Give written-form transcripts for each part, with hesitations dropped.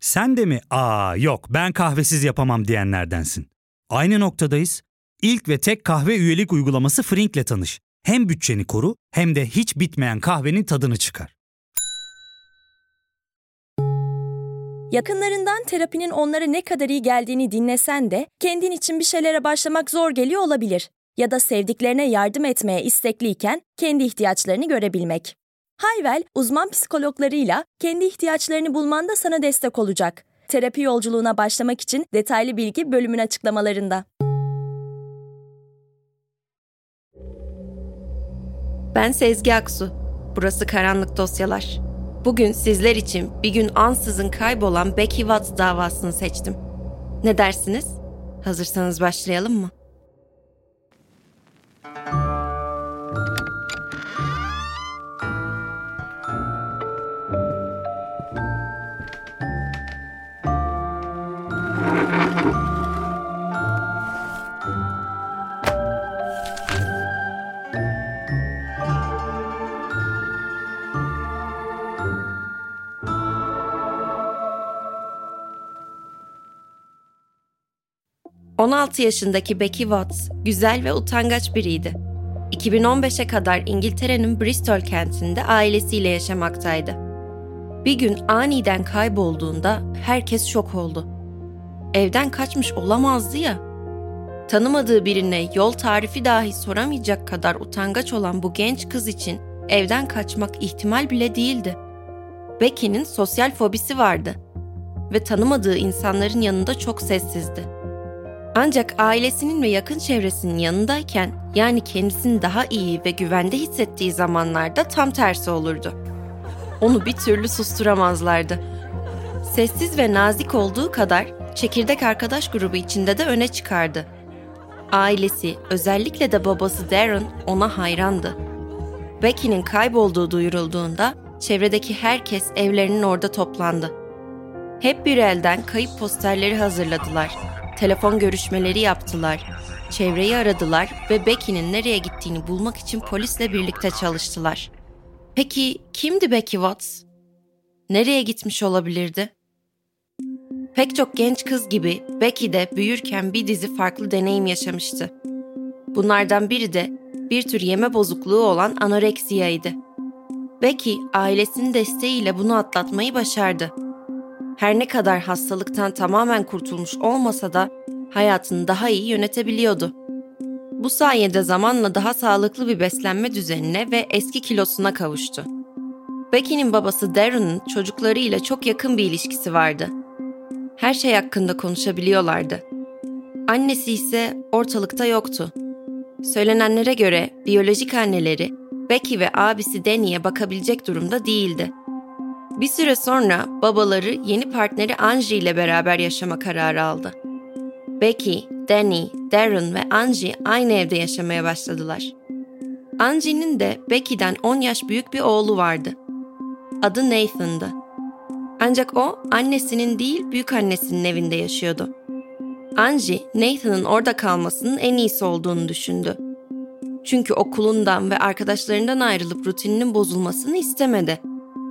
Sen de mi yok ben kahvesiz yapamam diyenlerdensin? Aynı noktadayız. İlk ve tek kahve üyelik uygulaması Frink'le tanış. Hem bütçeni koru hem de hiç bitmeyen kahvenin tadını çıkar. Yakınlarından terapinin onlara ne kadar iyi geldiğini dinlesen de kendin için bir şeylere başlamak zor geliyor olabilir. Ya da sevdiklerine yardım etmeye istekliyken kendi ihtiyaçlarını görebilmek. Hayvel, uzman psikologlarıyla kendi ihtiyaçlarını bulmanda sana destek olacak. Terapi yolculuğuna başlamak için detaylı bilgi bölümün açıklamalarında. Ben Sezgi Aksu. Burası Karanlık Dosyalar. Bugün sizler için bir gün ansızın kaybolan Becky Watts davasını seçtim. Ne dersiniz? Hazırsanız başlayalım mı? ...16 yaşındaki Becky Watts güzel ve utangaç biriydi. 2015'e kadar İngiltere'nin Bristol kentinde ailesiyle yaşamaktaydı. Bir gün aniden kaybolduğunda herkes şok oldu. Evden kaçmış olamazdı ya. Tanımadığı birine yol tarifi dahi soramayacak kadar utangaç olan bu genç kız için evden kaçmak ihtimal bile değildi. Becky'nin sosyal fobisi vardı ve tanımadığı insanların yanında çok sessizdi. Ancak ailesinin ve yakın çevresinin yanındayken, yani kendisini daha iyi ve güvende hissettiği zamanlarda tam tersi olurdu. Onu bir türlü susturamazlardı. Sessiz ve nazik olduğu kadar çekirdek arkadaş grubu içinde de öne çıkardı. Ailesi, özellikle de babası Darren ona hayrandı. Becky'nin kaybolduğu duyurulduğunda çevredeki herkes evlerinin orada toplandı. Hep bir elden kayıp posterleri hazırladılar. Telefon görüşmeleri yaptılar, çevreyi aradılar ve Becky'nin nereye gittiğini bulmak için polisle birlikte çalıştılar. Peki kimdi Becky Watts? Nereye gitmiş olabilirdi? Pek çok genç kız gibi Becky de büyürken bir dizi farklı deneyim yaşamıştı. Bunlardan biri de bir tür yeme bozukluğu olan anoreksiyaydı. Becky ailesinin desteğiyle bunu atlatmayı başardı. Her ne kadar hastalıktan tamamen kurtulmuş olmasa da hayatını daha iyi yönetebiliyordu. Bu sayede zamanla daha sağlıklı bir beslenme düzenine ve eski kilosuna kavuştu. Becky'nin babası Darren'ın çocuklarıyla çok yakın bir ilişkisi vardı. Her şey hakkında konuşabiliyorlardı. Annesi ise ortalıkta yoktu. Söylenenlere göre biyolojik anneleri Becky ve abisi Danny'e bakabilecek durumda değildi. Bir süre sonra babaları yeni partneri Angie ile beraber yaşama kararı aldı. Becky, Danny, Darren ve Angie aynı evde yaşamaya başladılar. Angie'nin de Becky'den 10 yaş büyük bir oğlu vardı. Adı Nathan'dı. Ancak o annesinin değil büyükannesinin evinde yaşıyordu. Angie, Nathan'ın orada kalmasının en iyisi olduğunu düşündü. Çünkü okulundan ve arkadaşlarından ayrılıp rutininin bozulmasını istemedi.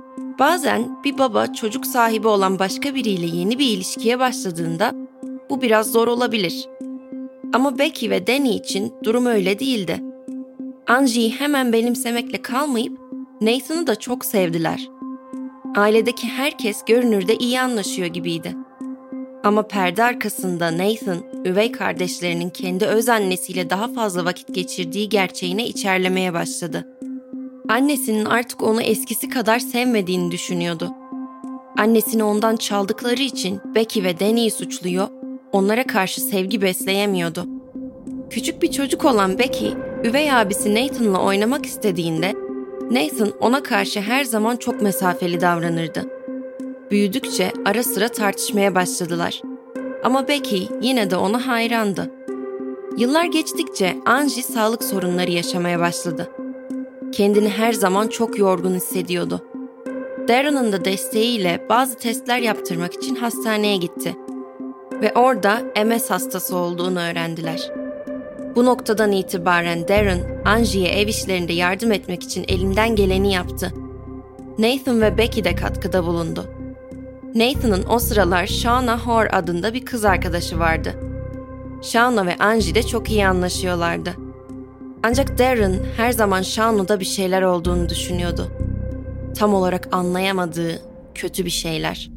Bazen bir baba çocuk sahibi olan başka biriyle yeni bir ilişkiye başladığında bu biraz zor olabilir. Ama Becky ve Danny için durum öyle değildi. Angie'yi hemen benimsemekle kalmayıp Nathan'ı da çok sevdiler. Ailedeki herkes görünürde iyi anlaşıyor gibiydi. Ama perde arkasında Nathan, üvey kardeşlerinin kendi öz annesiyle daha fazla vakit geçirdiği gerçeğine içerlemeye başladı. Annesinin artık onu eskisi kadar sevmediğini düşünüyordu. Annesini ondan çaldıkları için Becky ve Danny'yi suçluyor, onlara karşı sevgi besleyemiyordu. Küçük bir çocuk olan Becky, üvey abisi Nathan'la oynamak istediğinde, Nathan ona karşı her zaman çok mesafeli davranırdı. Büyüdükçe ara sıra tartışmaya başladılar. Ama Becky yine de ona hayrandı. Yıllar geçtikçe Angie sağlık sorunları yaşamaya başladı. Kendini her zaman çok yorgun hissediyordu. Darren'ın da desteğiyle bazı testler yaptırmak için hastaneye gitti. Ve orada MS hastası olduğunu öğrendiler. Bu noktadan itibaren Darren, Angie'ye ev işlerinde yardım etmek için elinden geleni yaptı. Nathan ve Becky de katkıda bulundu. Nathan'ın o sıralar Shauna Hoare adında bir kız arkadaşı vardı. Shauna ve Angie de çok iyi anlaşıyorlardı. Ancak Darren her zaman Shauna'da bir şeyler olduğunu düşünüyordu. Tam olarak anlayamadığı kötü bir şeyler.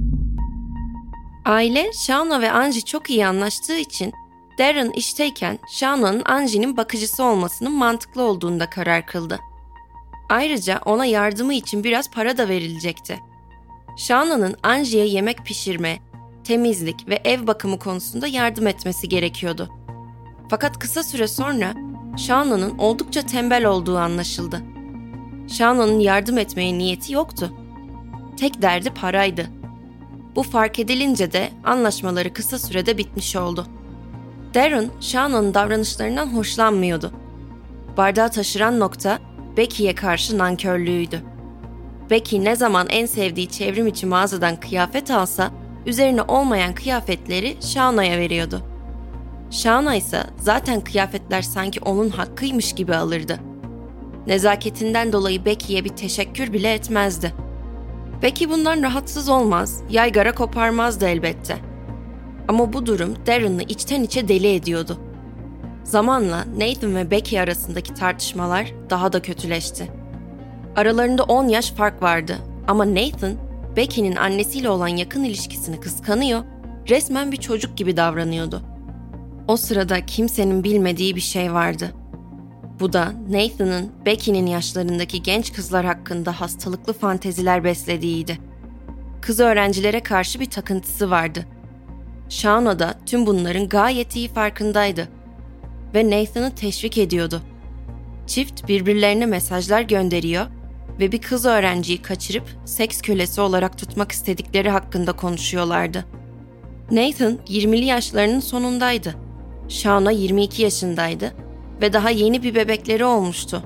Aile Shauna ve Angie çok iyi anlaştığı için Darren işteyken Shauna'nın Angie'nin bakıcısı olmasının mantıklı olduğunda karar kıldı. Ayrıca ona yardımı için biraz para da verilecekti. Shauna'nın Angie'ye yemek pişirme, temizlik ve ev bakımı konusunda yardım etmesi gerekiyordu. Fakat kısa süre sonra Shauna'nın oldukça tembel olduğu anlaşıldı. Shauna'nın yardım etmeye niyeti yoktu. Tek derdi paraydı. Bu fark edilince de anlaşmaları kısa sürede bitmiş oldu. Darren, Shauna'nın davranışlarından hoşlanmıyordu. Bardağı taşıran nokta Becky'ye karşı nankörlüğüydü. Becky ne zaman en sevdiği çevrim içi mağazadan kıyafet alsa, üzerine olmayan kıyafetleri Shauna'ya veriyordu. Shauna ise zaten kıyafetler sanki onun hakkıymış gibi alırdı. Nezaketinden dolayı Becky'ye bir teşekkür bile etmezdi. Becky bundan rahatsız olmaz, yaygara koparmazdı elbette. Ama bu durum Darren'ı içten içe deli ediyordu. Zamanla Nathan ve Becky arasındaki tartışmalar daha da kötüleşti. Aralarında 10 yaş fark vardı ama Nathan, Becky'nin annesiyle olan yakın ilişkisini kıskanıyor, resmen bir çocuk gibi davranıyordu. O sırada kimsenin bilmediği bir şey vardı. Bu da Nathan'ın Becky'nin yaşlarındaki genç kızlar hakkında hastalıklı fanteziler beslediğiydi. Kız öğrencilere karşı bir takıntısı vardı. Shauna da tüm bunların gayet iyi farkındaydı ve Nathan'ı teşvik ediyordu. Çift birbirlerine mesajlar gönderiyor ve bir kız öğrenciyi kaçırıp seks kölesi olarak tutmak istedikleri hakkında konuşuyorlardı. Nathan 20'li yaşlarının sonundaydı. Shauna 22 yaşındaydı ve daha yeni bir bebekleri olmuştu.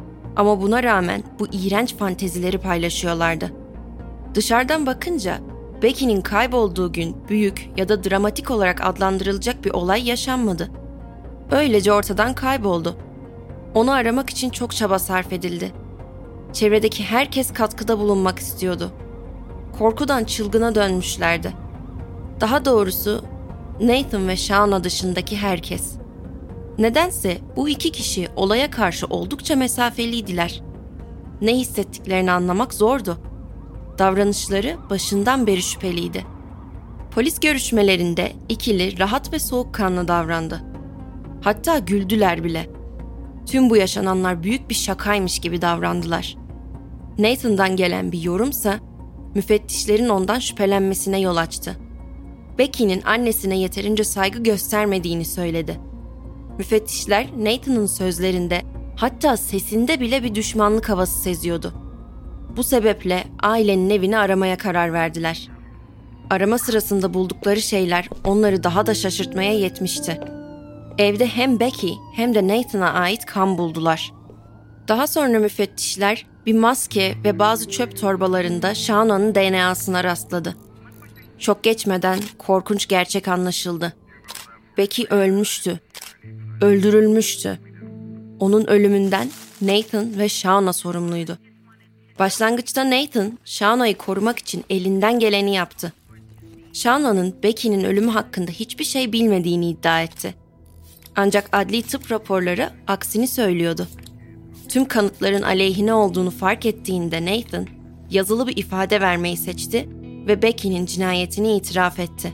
Ama buna rağmen bu iğrenç fantezileri paylaşıyorlardı. Dışarıdan bakınca Becky'nin kaybolduğu gün büyük ya da dramatik olarak adlandırılacak bir olay yaşanmadı. Öylece ortadan kayboldu. Onu aramak için çok çaba sarf edildi. Çevredeki herkes katkıda bulunmak istiyordu. Korkudan çılgına dönmüşlerdi. Daha doğrusu Nathan ve Shauna dışındaki herkes. Nedense bu iki kişi olaya karşı oldukça mesafeliydiler. Ne hissettiklerini anlamak zordu. Davranışları başından beri şüpheliydi. Polis görüşmelerinde ikili rahat ve soğukkanlı davrandı. Hatta güldüler bile. Tüm bu yaşananlar büyük bir şakaymış gibi davrandılar. Nathan'dan gelen bir yorumsa müfettişlerin ondan şüphelenmesine yol açtı. Becky'nin annesine yeterince saygı göstermediğini söyledi. Müfettişler Nathan'ın sözlerinde, hatta sesinde bile bir düşmanlık havası seziyordu. Bu sebeple ailenin evini aramaya karar verdiler. Arama sırasında buldukları şeyler onları daha da şaşırtmaya yetmişti. Evde hem Becky hem de Nathan'a ait kan buldular. Daha sonra müfettişler bir maske ve bazı çöp torbalarında Shauna'nın DNA'sına rastladı. Çok geçmeden korkunç gerçek anlaşıldı. Becky ölmüştü. Öldürülmüştü. Onun ölümünden Nathan ve Shauna sorumluydu. Başlangıçta Nathan, Shauna'yı korumak için elinden geleni yaptı. Shauna'nın Becky'nin ölümü hakkında hiçbir şey bilmediğini iddia etti. Ancak adli tıp raporları aksini söylüyordu. Tüm kanıtların aleyhine olduğunu fark ettiğinde Nathan, yazılı bir ifade vermeyi seçti ve Becky'nin cinayetini itiraf etti.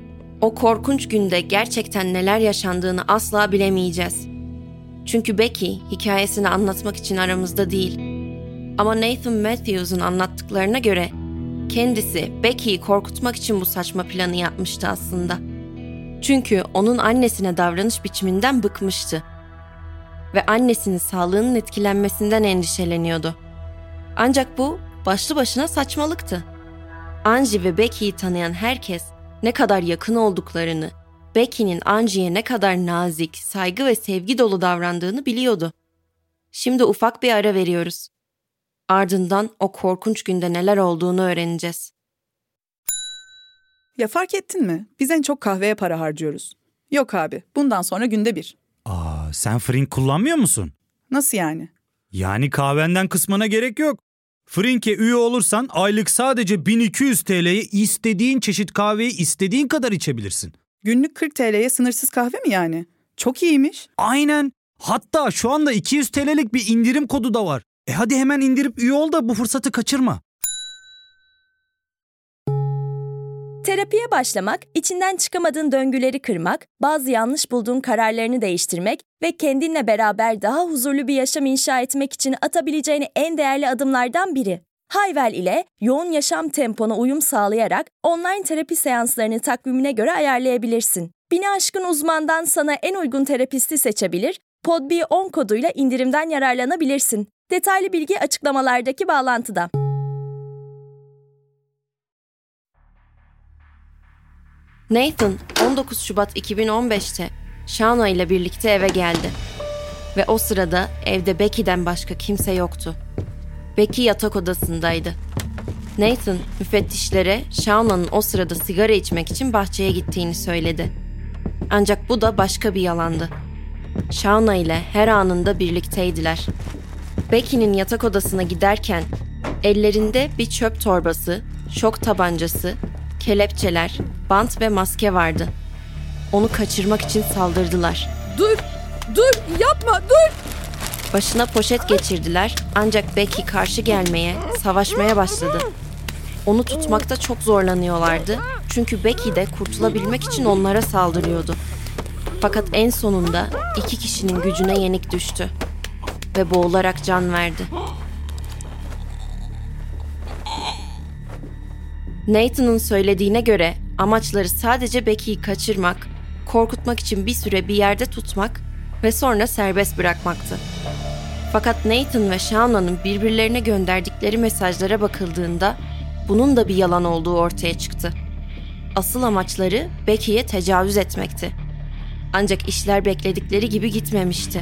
O korkunç günde gerçekten neler yaşandığını asla bilemeyeceğiz. Çünkü Becky hikayesini anlatmak için aramızda değil. Ama Nathan Matthews'un anlattıklarına göre kendisi Becky'yi korkutmak için bu saçma planı yapmıştı aslında. Çünkü onun annesine davranış biçiminden bıkmıştı. Ve annesinin sağlığının etkilenmesinden endişeleniyordu. Ancak bu başlı başına saçmalıktı. Angie ve Becky'yi tanıyan herkes ne kadar yakın olduklarını, Becky'nin Angie'ye ne kadar nazik, saygı ve sevgi dolu davrandığını biliyordu. Şimdi ufak bir ara veriyoruz. Ardından o korkunç günde neler olduğunu öğreneceğiz. Ya fark ettin mi? Biz en çok kahveye para harcıyoruz. Yok abi, bundan sonra günde bir. Sen fırın kullanmıyor musun? Nasıl yani? Yani kahvenden kısmına gerek yok. Frink'e üye olursan aylık sadece 1200 TL'ye istediğin çeşit kahveyi istediğin kadar içebilirsin. Günlük 40 TL'ye sınırsız kahve mi yani? Çok iyiymiş. Aynen. Hatta şu anda 200 TL'lik bir indirim kodu da var. Hadi hemen indirip üye ol da bu fırsatı kaçırma. Terapiye başlamak, içinden çıkamadığın döngüleri kırmak, bazı yanlış bulduğun kararlarını değiştirmek ve kendinle beraber daha huzurlu bir yaşam inşa etmek için atabileceğin en değerli adımlardan biri. Hayvel ile yoğun yaşam tempona uyum sağlayarak online terapi seanslarını takvimine göre ayarlayabilirsin. 1000'i aşkın uzmandan sana en uygun terapisti seçebilir, PodB10 koduyla indirimden yararlanabilirsin. Detaylı bilgi açıklamalardaki bağlantıda. Nathan 19 Şubat 2015'te Shauna ile birlikte eve geldi. Ve o sırada evde Becky'den başka kimse yoktu. Becky yatak odasındaydı. Nathan müfettişlere Shauna'nın o sırada sigara içmek için bahçeye gittiğini söyledi. Ancak bu da başka bir yalandı. Shauna ile her anında birlikteydiler. Becky'nin yatak odasına giderken ellerinde bir çöp torbası, şok tabancası, kelepçeler, bant ve maske vardı. Onu kaçırmak için saldırdılar. Dur, yapma, dur! Başına poşet geçirdiler ancak Becky karşı gelmeye, savaşmaya başladı. Onu tutmakta çok zorlanıyorlardı çünkü Becky de kurtulabilmek için onlara saldırıyordu. Fakat en sonunda 2 kişinin gücüne yenik düştü ve boğularak can verdi. Nathan'ın söylediğine göre amaçları sadece Becky'yi kaçırmak, korkutmak için bir süre bir yerde tutmak ve sonra serbest bırakmaktı. Fakat Nathan ve Shauna'nın birbirlerine gönderdikleri mesajlara bakıldığında bunun da bir yalan olduğu ortaya çıktı. Asıl amaçları Becky'ye tecavüz etmekti. Ancak işler bekledikleri gibi gitmemişti.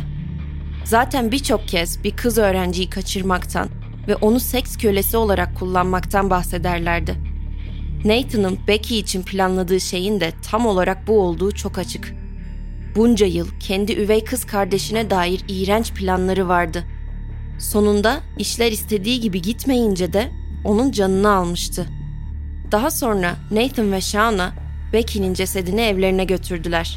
Zaten birçok kez bir kız öğrenciyi kaçırmaktan ve onu seks kölesi olarak kullanmaktan bahsederlerdi. Nathan'ın Becky için planladığı şeyin de tam olarak bu olduğu çok açık. Bunca yıl kendi üvey kız kardeşine dair iğrenç planları vardı. Sonunda işler istediği gibi gitmeyince de onun canını almıştı. Daha sonra Nathan ve Shauna Becky'nin cesedini evlerine götürdüler.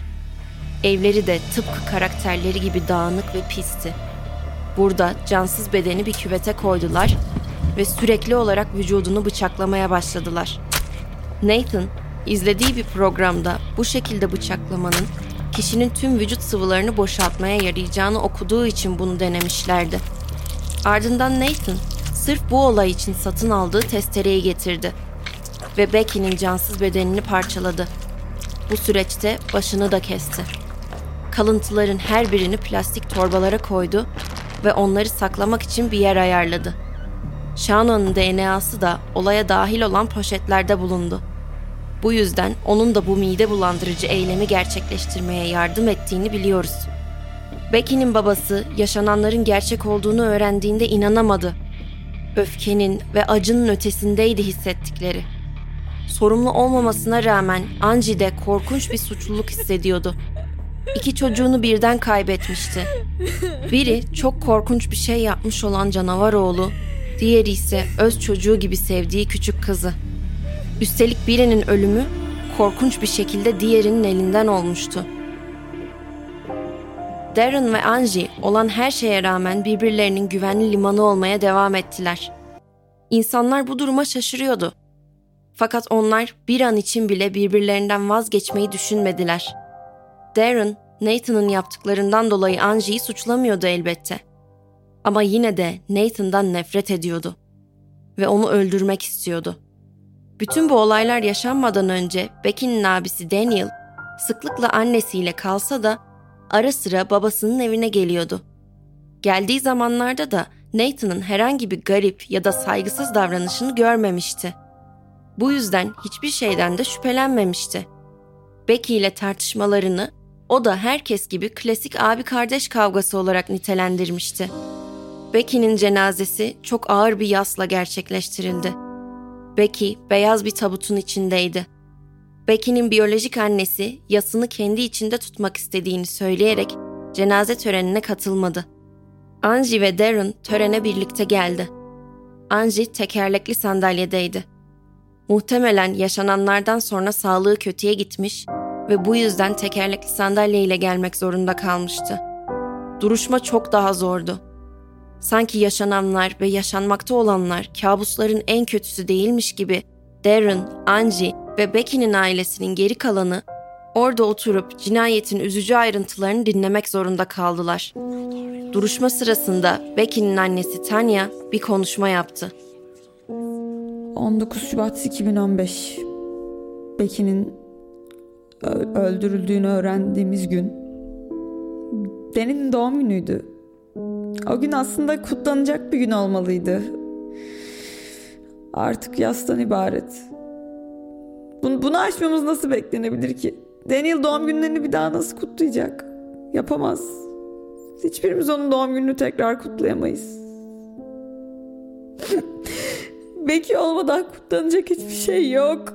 Evleri de tıpkı karakterleri gibi dağınık ve pisti. Burada cansız bedeni bir küvete koydular ve sürekli olarak vücudunu bıçaklamaya başladılar. Nathan, izlediği bir programda bu şekilde bıçaklamanın kişinin tüm vücut sıvılarını boşaltmaya yarayacağını okuduğu için bunu denemişlerdi. Ardından Nathan, sırf bu olay için satın aldığı testereyi getirdi ve Becky'nin cansız bedenini parçaladı. Bu süreçte başını da kesti. Kalıntıların her birini plastik torbalara koydu ve onları saklamak için bir yer ayarladı. Shauna'nın DNA'sı da olaya dahil olan poşetlerde bulundu. Bu yüzden onun da bu mide bulandırıcı eylemi gerçekleştirmeye yardım ettiğini biliyoruz. Becky'nin babası yaşananların gerçek olduğunu öğrendiğinde inanamadı. Öfkenin ve acının ötesindeydi hissettikleri. Sorumlu olmamasına rağmen Angie de korkunç bir suçluluk hissediyordu. 2 çocuğunu birden kaybetmişti. Biri çok korkunç bir şey yapmış olan canavar oğlu, diğeri ise öz çocuğu gibi sevdiği küçük kızı. Üstelik birinin ölümü korkunç bir şekilde diğerinin elinden olmuştu. Darren ve Angie olan her şeye rağmen birbirlerinin güvenli limanı olmaya devam ettiler. İnsanlar bu duruma şaşırıyordu. Fakat onlar bir an için bile birbirlerinden vazgeçmeyi düşünmediler. Darren, Nathan'ın yaptıklarından dolayı Angie'yi suçlamıyordu elbette. Ama yine de Nathan'dan nefret ediyordu. Ve onu öldürmek istiyordu. Bütün bu olaylar yaşanmadan önce Becky'nin abisi Daniel, sıklıkla annesiyle kalsa da ara sıra babasının evine geliyordu. Geldiği zamanlarda da Nathan'ın herhangi bir garip ya da saygısız davranışını görmemişti. Bu yüzden hiçbir şeyden de şüphelenmemişti. Becky ile tartışmalarını o da herkes gibi klasik abi-kardeş kavgası olarak nitelendirmişti. Becky'nin cenazesi çok ağır bir yasla gerçekleştirildi. Becky beyaz bir tabutun içindeydi. Becky'nin biyolojik annesi yasını kendi içinde tutmak istediğini söyleyerek cenaze törenine katılmadı. Angie ve Darren törene birlikte geldi. Angie tekerlekli sandalyedeydi. Muhtemelen yaşananlardan sonra sağlığı kötüye gitmiş ve bu yüzden tekerlekli sandalyeyle gelmek zorunda kalmıştı. Duruşma çok daha zordu. Sanki yaşananlar ve yaşanmakta olanlar kabusların en kötüsü değilmiş gibi Darren, Angie ve Becky'nin ailesinin geri kalanı orada oturup cinayetin üzücü ayrıntılarını dinlemek zorunda kaldılar. Duruşma sırasında Becky'nin annesi Tanya bir konuşma yaptı. 19 Şubat 2015. Becky'nin öldürüldüğünü öğrendiğimiz gün. Dani'nin doğum günüydü. O gün aslında kutlanacak bir gün olmalıydı. Artık yastan ibaret. Bunu aşmamız nasıl beklenebilir ki? Daniel doğum günlerini bir daha nasıl kutlayacak? Yapamaz. Hiçbirimiz onun doğum gününü tekrar kutlayamayız. Becky olmadan kutlanacak hiçbir şey yok.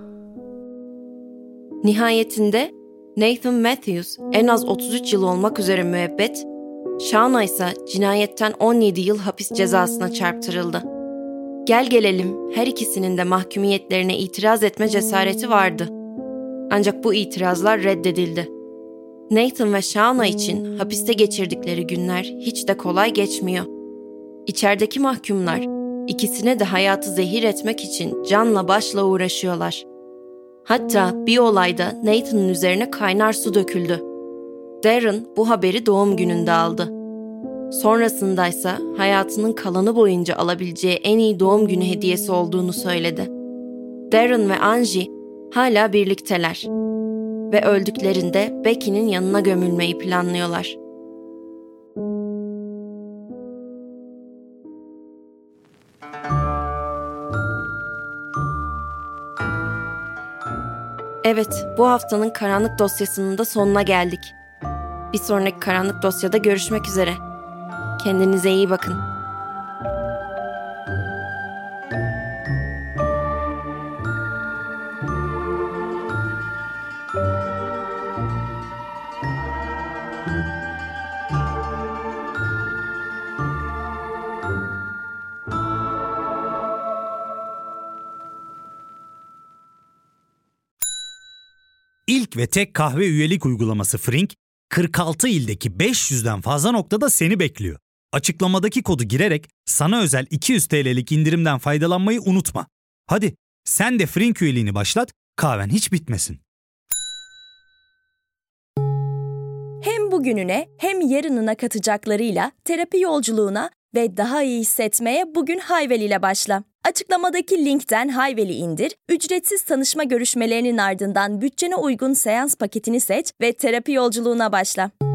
Nihayetinde Nathan Matthews en az 33 yıl olmak üzere müebbet, Shauna ise cinayetten 17 yıl hapis cezasına çarptırıldı. Gel gelelim her ikisinin de mahkumiyetlerine itiraz etme cesareti vardı. Ancak bu itirazlar reddedildi. Nathan ve Shauna için hapiste geçirdikleri günler hiç de kolay geçmiyor. İçerideki mahkumlar ikisine de hayatı zehir etmek için canla başla uğraşıyorlar. Hatta bir olayda Nathan'ın üzerine kaynar su döküldü. Darren bu haberi doğum gününde aldı. Sonrasındaysa hayatının kalanı boyunca alabileceği en iyi doğum günü hediyesi olduğunu söyledi. Darren ve Angie hala birlikteler ve öldüklerinde Becky'nin yanına gömülmeyi planlıyorlar. Evet, bu haftanın karanlık dosyasının da sonuna geldik. Bir sonraki karanlık dosyada görüşmek üzere. Kendinize iyi bakın. İlk ve tek kahve üyelik uygulaması Frink, 46 ildeki 500'den fazla noktada seni bekliyor. Açıklamadaki kodu girerek sana özel 200 TL'lik indirimden faydalanmayı unutma. Hadi sen de Frink üyeliğini başlat, kahven hiç bitmesin. Hem bugününe hem yarınına katacaklarıyla terapi yolculuğuna ve daha iyi hissetmeye bugün Hayvel ile başla. Açıklamadaki linkten Hayvel'i indir, ücretsiz tanışma görüşmelerinin ardından bütçene uygun seans paketini seç ve terapi yolculuğuna başla.